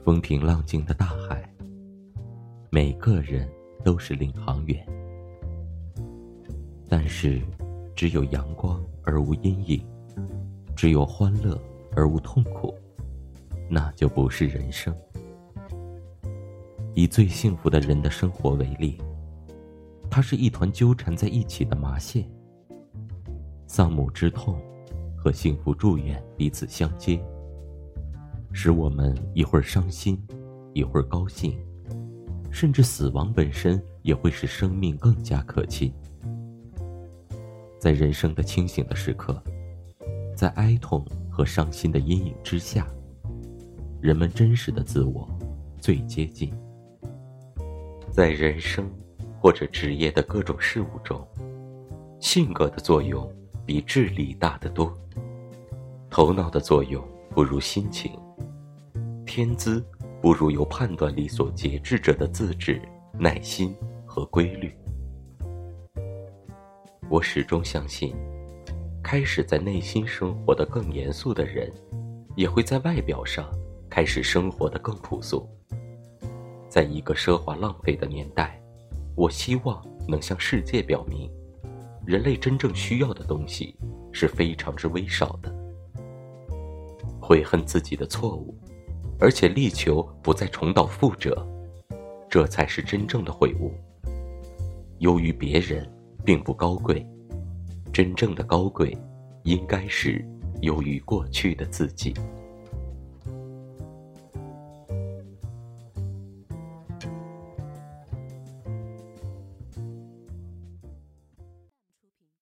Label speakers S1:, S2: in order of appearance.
S1: 风平浪静的大海，每个人都是领航员。但是，只有阳光而无阴影，只有欢乐而无痛苦，那就不是人生。以最幸福的人的生活为例，它是一团纠缠在一起的麻线，丧母之痛和幸福祝愿彼此相接，使我们一会儿伤心，一会儿高兴，甚至死亡本身也会使生命更加可亲。在人生的清醒的时刻，在哀痛和伤心的阴影之下，人们真实的自我最接近。在人生或者职业的各种事物中，性格的作用比智力大得多，头脑的作用不如心情，天资不如由判断力所节制着的自制、耐心和规律。我始终相信，开始在内心生活得更严肃的人，也会在外表上开始生活得更朴素。在一个奢华浪费的年代，我希望能向世界表明，人类真正需要的东西是非常之微少的。悔恨自己的错误，而且力求不再重蹈覆辙，这才是真正的悔悟。优于别人并不高贵，真正的高贵应该是优于过去的自己。